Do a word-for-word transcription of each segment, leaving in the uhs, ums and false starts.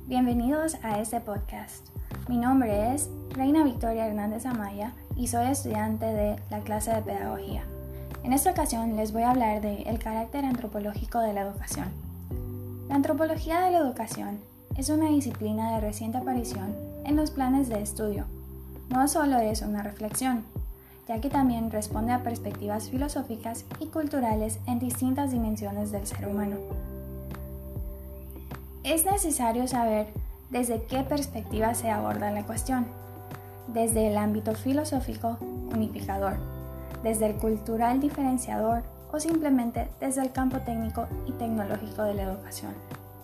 Bienvenidos a este podcast. Mi nombre es Reina Victoria Hernández Amaya y soy estudiante de la clase de Pedagogía. En esta ocasión les voy a hablar de el carácter antropológico de la educación. La antropología de la educación es una disciplina de reciente aparición en los planes de estudio. No solo es una reflexión, ya que también responde a perspectivas filosóficas y culturales en distintas dimensiones del ser humano. Es necesario saber desde qué perspectiva se aborda la cuestión, desde el ámbito filosófico unificador, desde el cultural diferenciador o simplemente desde el campo técnico y tecnológico de la educación.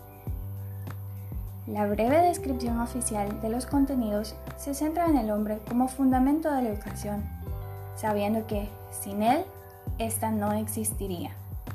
La breve descripción oficial de los contenidos se centra en el hombre como fundamento de la educación, sabiendo que, sin él, ésta no existiría.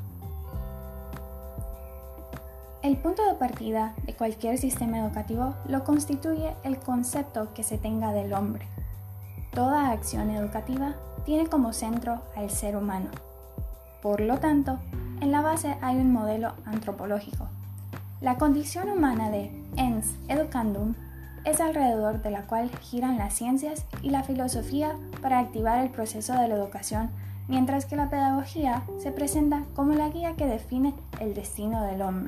El punto de partida de cualquier sistema educativo lo constituye el concepto que se tenga del hombre. Toda acción educativa tiene como centro al ser humano. Por lo tanto, en la base hay un modelo antropológico. La condición humana de ens educandum es alrededor de la cual giran las ciencias y la filosofía para activar el proceso de la educación, mientras que la pedagogía se presenta como la guía que define el destino del hombre.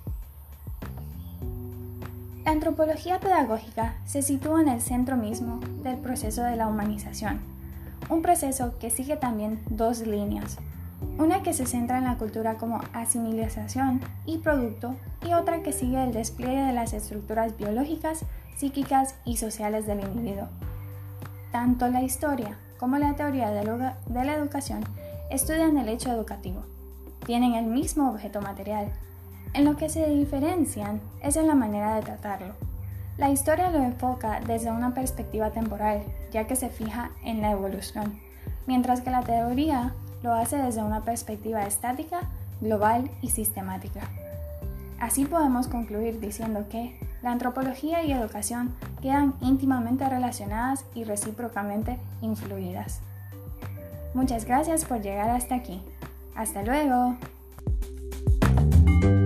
La antropología pedagógica se sitúa en el centro mismo del proceso de la humanización, un proceso que sigue también dos líneas, una que se centra en la cultura como asimilización y producto y otra que sigue el despliegue de las estructuras biológicas, psíquicas y sociales del individuo. Tanto la historia como la teoría de la educación estudian el hecho educativo, tienen el mismo objeto material. En lo que se diferencian es en la manera de tratarlo. La historia lo enfoca desde una perspectiva temporal, ya que se fija en la evolución, mientras que la teoría lo hace desde una perspectiva estática, global y sistemática. Así podemos concluir diciendo que la antropología y educación quedan íntimamente relacionadas y recíprocamente influidas. Muchas gracias por llegar hasta aquí. ¡Hasta luego!